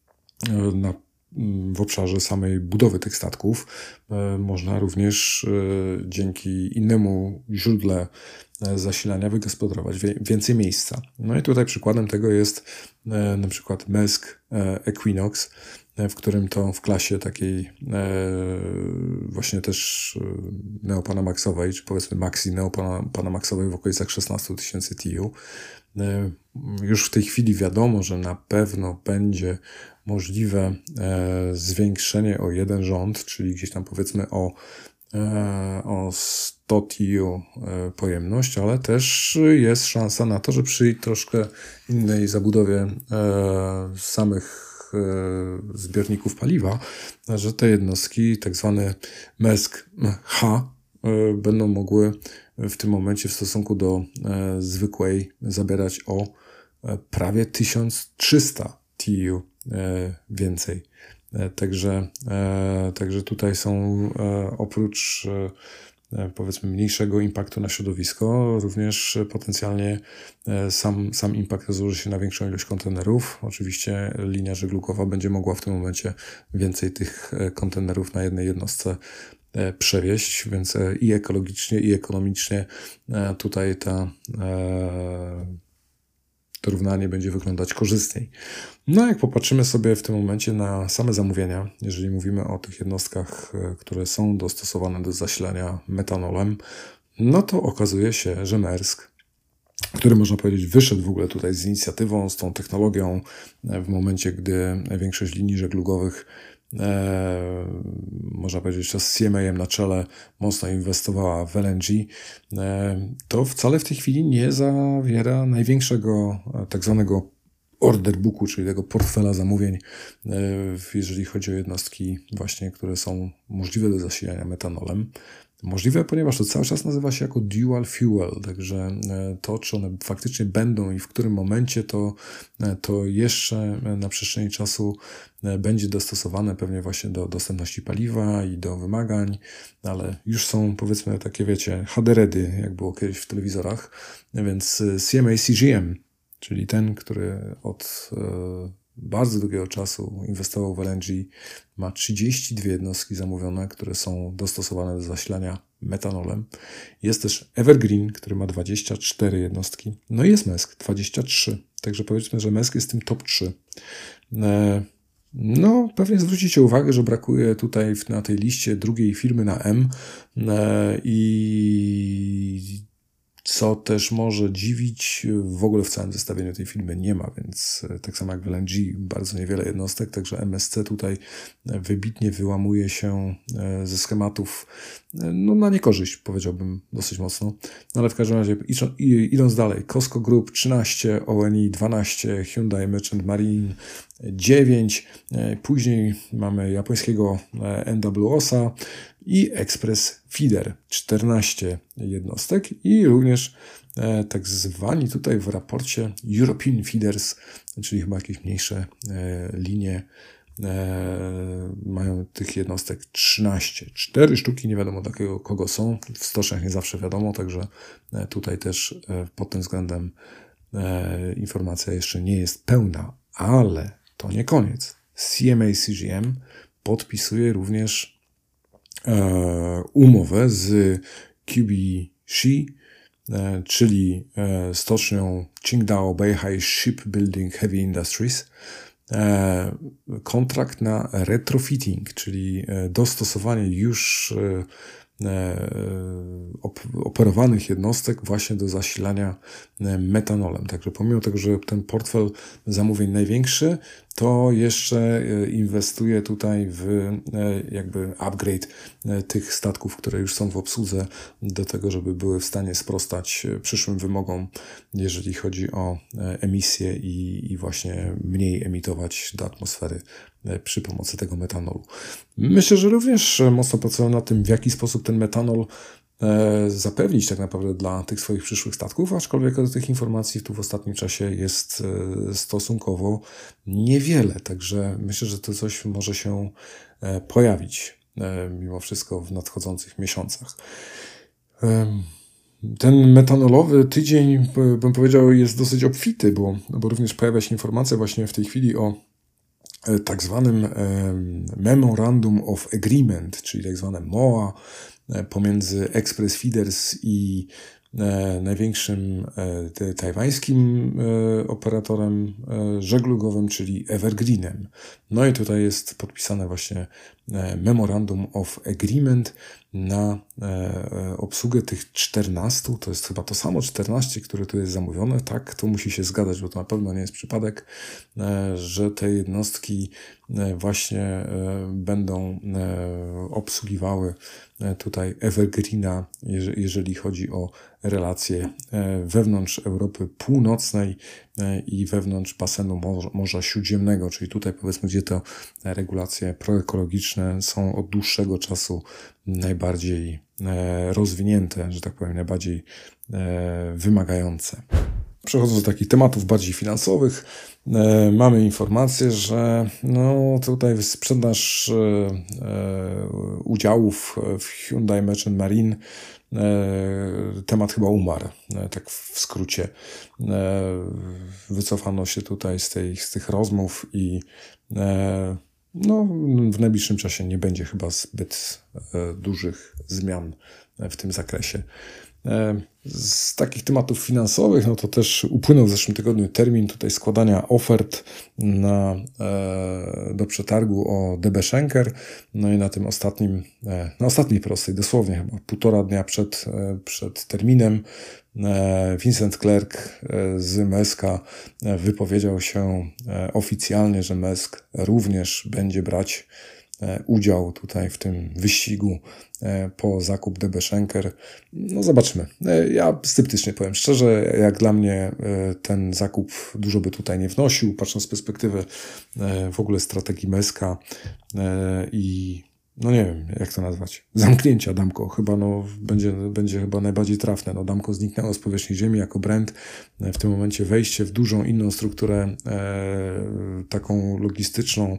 w obszarze samej budowy tych statków można również dzięki innemu źródle zasilania wygospodarować więcej miejsca. No i tutaj przykładem tego jest na przykład Maersk Equinox, w którym to w klasie takiej właśnie też neopanamaxowej, czy powiedzmy maxi neopanamaxowej w okolicach 16 000 TEU. Już w tej chwili wiadomo, że na pewno będzie możliwe zwiększenie o jeden rząd, czyli gdzieś tam powiedzmy o 100 TEU pojemność, ale też jest szansa na to, że przy troszkę innej zabudowie samych zbiorników paliwa, że te jednostki, tak zwane Maersk H, będą mogły w tym momencie w stosunku do zwykłej zabierać o prawie 1300 TEU więcej. Także tutaj są oprócz powiedzmy mniejszego impaktu na środowisko, również potencjalnie sam impact rozłoży się na większą ilość kontenerów. Oczywiście linia żeglugowa będzie mogła w tym momencie więcej tych kontenerów na jednej jednostce przewieźć, więc i ekologicznie, i ekonomicznie tutaj to równanie będzie wyglądać korzystniej. No jak popatrzymy sobie w tym momencie na same zamówienia, jeżeli mówimy o tych jednostkach, które są dostosowane do zasilania metanolem, no to okazuje się, że Maersk, który można powiedzieć wyszedł w ogóle tutaj z inicjatywą, z tą technologią w momencie, gdy większość linii żeglugowych można powiedzieć, że z CMA na czele mocno inwestowała w LNG, to wcale w tej chwili nie zawiera największego tak zwanego order booku, czyli tego portfela zamówień, jeżeli chodzi o jednostki właśnie, które są możliwe do zasilania metanolem. Możliwe, ponieważ to cały czas nazywa się jako dual fuel, także to, czy one faktycznie będą i w którym momencie, to jeszcze na przestrzeni czasu będzie dostosowane pewnie właśnie do dostępności paliwa i do wymagań, ale już są, powiedzmy, takie, wiecie, HDR-y, jak było kiedyś w telewizorach, więc CMA CGM, czyli ten, który od bardzo długiego czasu inwestował w LNG, ma 32 jednostki zamówione, które są dostosowane do zasilania metanolem. Jest też Evergreen, który ma 24 jednostki. No i jest Maersk, 23. Także powiedzmy, że Maersk jest tym top 3. No, pewnie zwrócicie uwagę, że brakuje tutaj na tej liście drugiej firmy na M i co też może dziwić, w ogóle w całym zestawieniu tej firmy nie ma, więc tak samo jak w LNG bardzo niewiele jednostek, także MSC tutaj wybitnie wyłamuje się ze schematów, no na niekorzyść, powiedziałbym dosyć mocno, no, ale w każdym razie idąc dalej, COSCO Group 13, ONI 12, Hyundai Merchant Marine 9, później mamy japońskiego NWOS-a i Express Feeder 14 jednostek i również tak zwani tutaj w raporcie European Feeders, czyli chyba jakieś mniejsze linie, mają tych jednostek 13. 4 sztuki nie wiadomo dla kogo są, w stoczniach nie zawsze wiadomo, także tutaj też pod tym względem informacja jeszcze nie jest pełna, ale to nie koniec. CMA CGM podpisuje również umowę z QBC, czyli stocznią Qingdao Beihai Shipbuilding Heavy Industries, kontrakt na retrofitting, czyli dostosowanie już operowanych jednostek właśnie do zasilania metanolem. Także pomimo tego, że ten portfel zamówień największy, to jeszcze inwestuje tutaj w jakby upgrade tych statków, które już są w obsłudze, do tego, żeby były w stanie sprostać przyszłym wymogom, jeżeli chodzi o emisję i właśnie mniej emitować do atmosfery przy pomocy tego metanolu. Myślę, że również mocno pracują nad tym, w jaki sposób ten metanol zapewnić tak naprawdę dla tych swoich przyszłych statków, aczkolwiek do tych informacji tu w ostatnim czasie jest stosunkowo niewiele, także myślę, że to coś może się pojawić mimo wszystko w nadchodzących miesiącach. Ten metanolowy tydzień, bym powiedział, jest dosyć obfity, bo również pojawia się informacja właśnie w tej chwili o tak zwanym Memorandum of Agreement, czyli tak zwane MOA, pomiędzy Express Feeders i największym tajwańskim operatorem żeglugowym, czyli Evergreenem. No i tutaj jest podpisane właśnie Memorandum of Agreement na obsługę tych 14, to jest chyba to samo 14, które tu jest zamówione, tak, to musi się zgadzać, bo to na pewno nie jest przypadek, że te jednostki właśnie będą obsługiwały tutaj Evergreena, jeżeli chodzi o relacje wewnątrz Europy Północnej i wewnątrz basenu Morza Śródziemnego, czyli tutaj powiedzmy, gdzie te regulacje proekologiczne są od dłuższego czasu najbardziej rozwinięte, że tak powiem, najbardziej wymagające. Przechodząc do takich tematów bardziej finansowych, mamy informację, że no tutaj sprzedaż udziałów w Hyundai Merchant Marine, temat chyba umarł, tak w skrócie. Wycofano się tutaj z tych rozmów i no, w najbliższym czasie nie będzie chyba zbyt dużych zmian w tym zakresie. Z takich tematów finansowych, no to też upłynął w zeszłym tygodniu termin tutaj składania ofert do przetargu o DB Schenker. No i na tym na ostatniej prostej, dosłownie chyba 1,5 dnia przed terminem, Vincent Clerc z Maeska wypowiedział się oficjalnie, że Maersk również będzie brać udział tutaj w tym wyścigu po zakup DB Schenker. No zobaczmy. Ja sceptycznie powiem szczerze, jak dla mnie ten zakup dużo by tutaj nie wnosił, patrząc z perspektywy w ogóle strategii Maeska i no nie wiem, jak to nazwać, zamknięcia Damco. Chyba będzie chyba najbardziej trafne. No Damco zniknęło z powierzchni ziemi jako brand. W tym momencie wejście w dużą inną strukturę taką logistyczną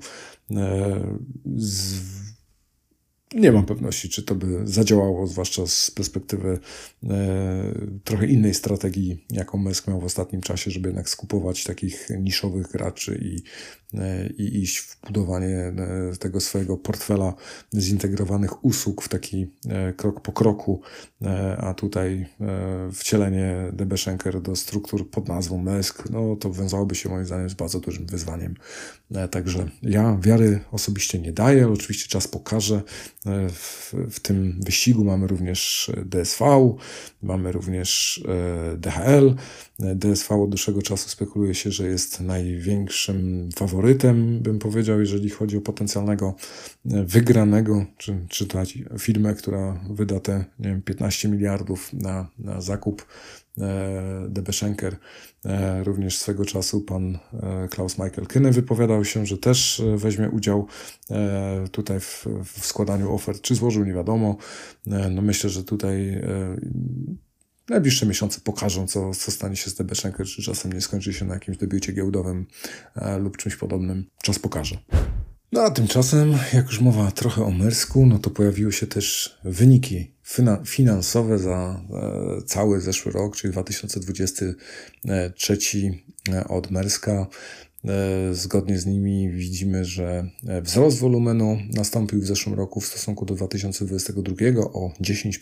nie mam pewności, czy to by zadziałało, zwłaszcza z perspektywy trochę innej strategii, jaką Maersk miał w ostatnim czasie, żeby jednak skupować takich niszowych graczy i iść w budowanie tego swojego portfela zintegrowanych usług w taki krok po kroku, a tutaj wcielenie DB Schenker do struktur pod nazwą Maersk, no to wiązałoby się moim zdaniem z bardzo dużym wyzwaniem. Także ja wiary osobiście nie daję, ale oczywiście czas pokaże. W tym wyścigu mamy również DSV, mamy również DHL. DSV od dłuższego czasu spekuluje się, że jest największym faworytem, bym powiedział, jeżeli chodzi o potencjalnego wygranego, czy ta firmę, która wyda te, nie wiem, 15 miliardów na zakup DB Schenker. Również swego czasu pan Klaus-Michael Kühne wypowiadał się, że też weźmie udział tutaj w składaniu ofert. Czy złożył, nie wiadomo. No myślę, że tutaj najbliższe miesiące pokażą, co stanie się z DB Schenker, czy czasem nie skończy się na jakimś debiucie giełdowym lub czymś podobnym. Czas pokaże. No a tymczasem, jak już mowa trochę o Maersku, no to pojawiły się też wyniki finansowe za cały zeszły rok, czyli 2023 od Maerska. Zgodnie z nimi widzimy, że wzrost wolumenu nastąpił w zeszłym roku w stosunku do 2022 o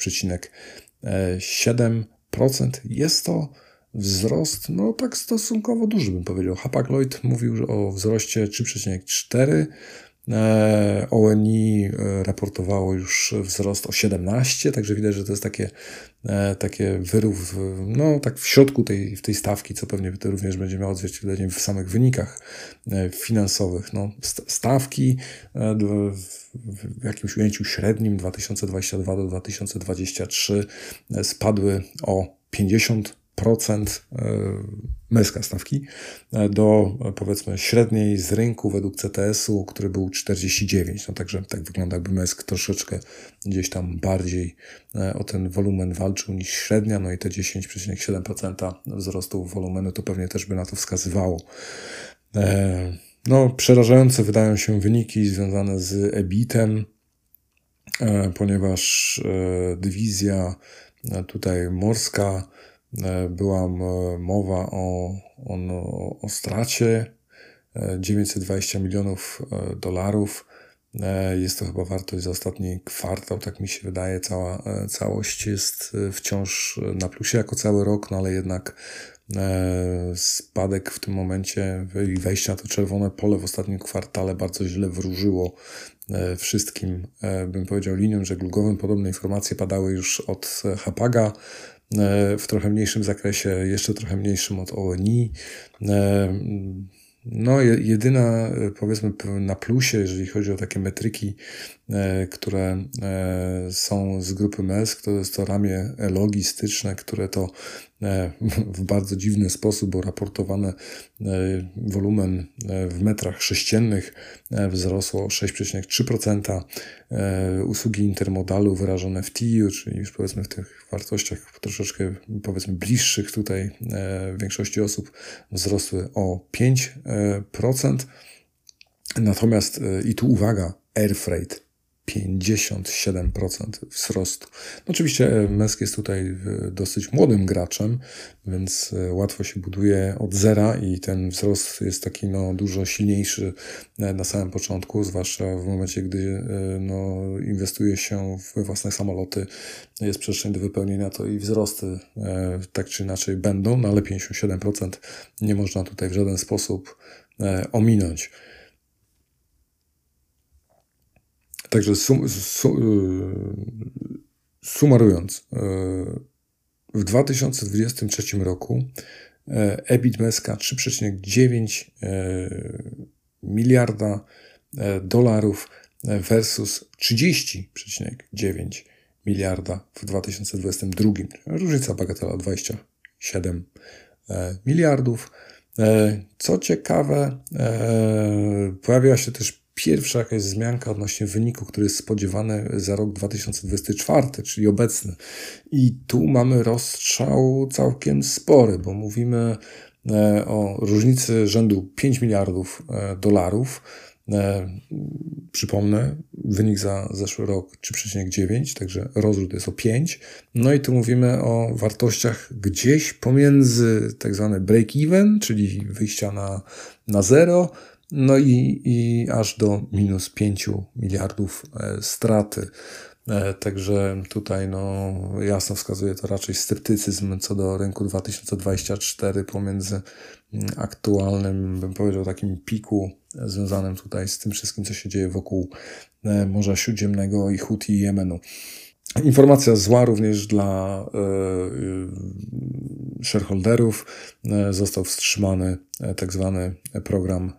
10,7%. Jest to wzrost, no tak stosunkowo duży, bym powiedział. Hapag-Lloyd mówił o wzroście 3,4%. ONI raportowało już wzrost o 17%, także widać, że to jest takie wyrów, no tak w środku tej stawki, co pewnie to również będzie miało odzwierciedlenie w samych wynikach finansowych. No, stawki w jakimś ujęciu średnim 2022 do 2023 spadły o 50%, męska stawki, do powiedzmy średniej z rynku według CTS-u, który był 49. No także tak wygląda, jakby męsk troszeczkę gdzieś tam bardziej o ten wolumen walczył niż średnia, no i te 10,7% wzrostu wolumenu to pewnie też by na to wskazywało. No, przerażające wydają się wyniki związane z EBIT-em, ponieważ dywizja tutaj morska, była mowa o stracie 920 milionów dolarów. Jest to chyba wartość za ostatni kwartał, tak mi się wydaje. Całość jest wciąż na plusie jako cały rok, no ale jednak spadek w tym momencie i wejście na to czerwone pole w ostatnim kwartale bardzo źle wróżyło wszystkim, bym powiedział, liniom żeglugowym. Podobne informacje padały już od Hapaga w trochę mniejszym zakresie, jeszcze trochę mniejszym od ONI. No, jedyna, powiedzmy, na plusie, jeżeli chodzi o takie metryki, które są z grupy MESK, to jest to ramię logistyczne, które to w bardzo dziwny sposób, bo raportowane wolumen w metrach sześciennych wzrosło o 6,3%. Usługi intermodalu wyrażone w TIU, czyli już powiedzmy w tych wartościach troszeczkę powiedzmy bliższych tutaj większości osób, wzrosły o 5%. Natomiast i tu uwaga, air freight 57% wzrostu. No oczywiście MESK jest tutaj dosyć młodym graczem, więc łatwo się buduje od zera i ten wzrost jest taki dużo silniejszy na samym początku, zwłaszcza w momencie, gdy inwestuje się we własne samoloty, jest przestrzeń do wypełnienia, to i wzrosty tak czy inaczej będą, no ale 57% nie można tutaj w żaden sposób ominąć. Także sumurując, w 2023 roku EBIT MESK 3,9 miliarda dolarów versus 30,9 miliarda w 2022. Różnica bagatela 27 miliardów. Co ciekawe, pojawiła się też pierwsza jakaś wzmianka odnośnie wyniku, który jest spodziewany za rok 2024, czyli obecny. I tu mamy rozstrzał całkiem spory, bo mówimy o różnicy rzędu 5 miliardów dolarów. Przypomnę, wynik za zeszły rok 3,9, także rozrzut jest o 5. No i tu mówimy o wartościach gdzieś pomiędzy tak zwany break-even, czyli wyjścia na zero, no i aż do minus 5 miliardów straty. Także tutaj jasno wskazuje to raczej sceptycyzm co do rynku 2024 pomiędzy aktualnym, bym powiedział, takim piku związanym tutaj z tym wszystkim, co się dzieje wokół Morza Śródziemnego i Huti i Jemenu. Informacja zła również dla shareholderów. Został wstrzymany tak zwany program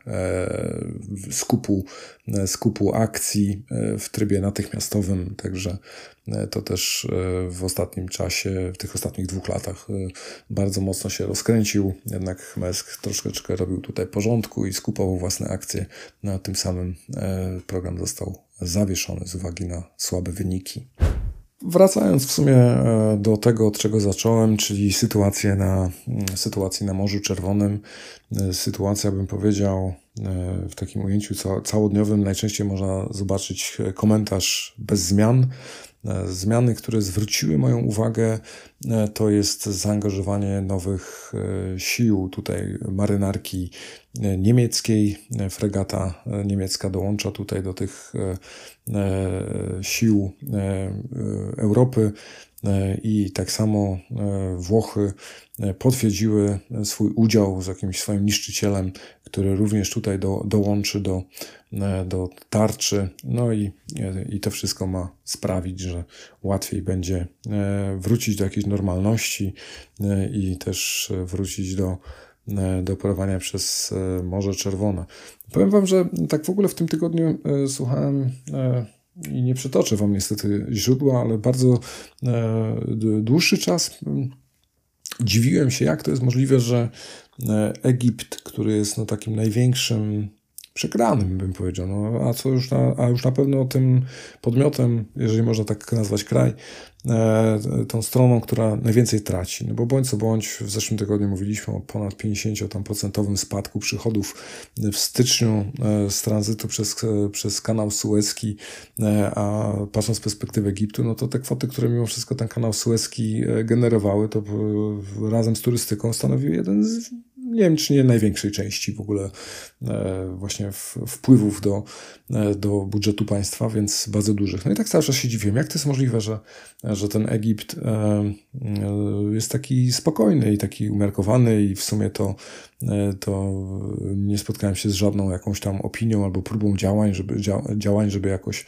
skupu akcji w trybie natychmiastowym, także to też w ostatnim czasie, w tych ostatnich 2 latach bardzo mocno się rozkręcił. Jednak MESK troszeczkę robił tutaj porządku i skupował własne akcje, no a tym samym program został zawieszony z uwagi na słabe wyniki. Wracając w sumie do tego, od czego zacząłem, czyli sytuacji na Morzu Czerwonym. Sytuacja, bym powiedział, w takim ujęciu całodniowym najczęściej można zobaczyć komentarz bez zmian. Zmiany, które zwróciły moją uwagę, to jest zaangażowanie nowych sił, tutaj marynarki niemieckiej. Fregata niemiecka dołącza tutaj do tych sił Europy. i tak samo Włochy potwierdziły swój udział z jakimś swoim niszczycielem, który również tutaj dołączy do tarczy. No i to wszystko ma sprawić, że łatwiej będzie wrócić do jakiejś normalności i też wrócić do pływania przez Morze Czerwone. Powiem wam, że tak w ogóle w tym tygodniu słuchałem i nie przytoczę wam niestety źródła, ale bardzo dłuższy czas dziwiłem się, jak to jest możliwe, że Egipt, który jest takim największym przegranym, bym powiedział, a już na pewno tym podmiotem, jeżeli można tak nazwać kraj, tą stroną, która najwięcej traci. No bo bądź co bądź, w zeszłym tygodniu mówiliśmy o ponad 50% spadku przychodów w styczniu z tranzytu przez kanał Suezki, a patrząc z perspektywy Egiptu, no to te kwoty, które mimo wszystko ten kanał Suezki generowały, to razem z turystyką stanowiły jeden z, nie wiem, czy nie największej części w ogóle właśnie wpływów do budżetu państwa, więc bardzo dużych. No i tak cały czas się dziwiłem, jak to jest możliwe, że ten Egipt jest taki spokojny i taki umiarkowany i w sumie to nie spotkałem się z żadną jakąś tam opinią albo próbą działań, żeby jakoś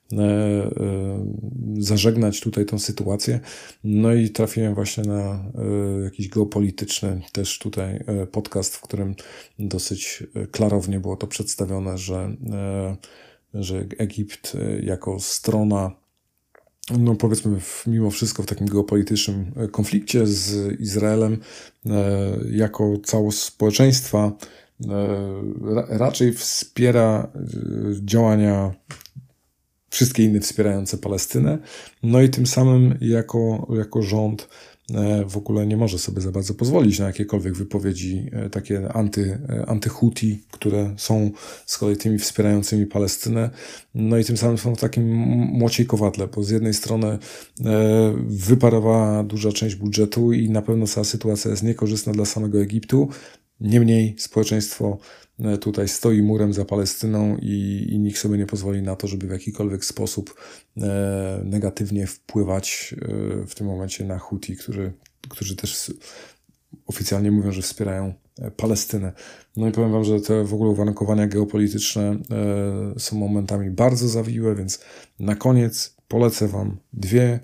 zażegnać tutaj tą sytuację. No i trafiłem właśnie na jakiś geopolityczny też tutaj podcast, w którym dosyć klarownie było to przedstawione, że Egipt jako strona, no powiedzmy mimo wszystko w takim geopolitycznym konflikcie z Izraelem, jako całość społeczeństwa raczej wspiera działania wszystkie inne wspierające Palestynę, no i tym samym jako rząd w ogóle nie może sobie za bardzo pozwolić na jakiekolwiek wypowiedzi takie anty-Huti, które są z kolei tymi wspierającymi Palestynę. No i tym samym są w takim młociej kowadle, bo z jednej strony wyparowała duża część budżetu i na pewno cała sytuacja jest niekorzystna dla samego Egiptu. Niemniej społeczeństwo tutaj stoi murem za Palestyną i nikt sobie nie pozwoli na to, żeby w jakikolwiek sposób negatywnie wpływać w tym momencie na Huti, którzy też oficjalnie mówią, że wspierają Palestynę. No i powiem wam, że te w ogóle uwarunkowania geopolityczne są momentami bardzo zawiłe, więc na koniec polecę wam dwie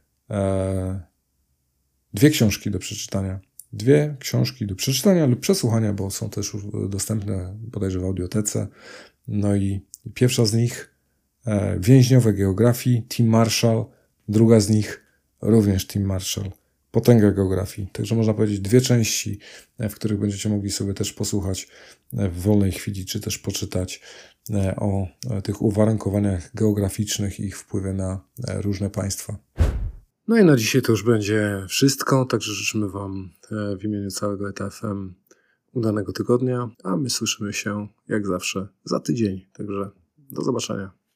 książki do przeczytania. Dwie książki do przeczytania lub przesłuchania, bo są też już dostępne bodajże w audiotece. No i pierwsza z nich Więźniowie geografii, Tim Marshall. Druga z nich również Tim Marshall, Potęga geografii. Także można powiedzieć dwie części, w których będziecie mogli sobie też posłuchać w wolnej chwili, czy też poczytać o tych uwarunkowaniach geograficznych i ich wpływie na różne państwa. No i na dzisiaj to już będzie wszystko, także życzymy wam w imieniu całego ETFM udanego tygodnia, a my słyszymy się jak zawsze za tydzień, także do zobaczenia.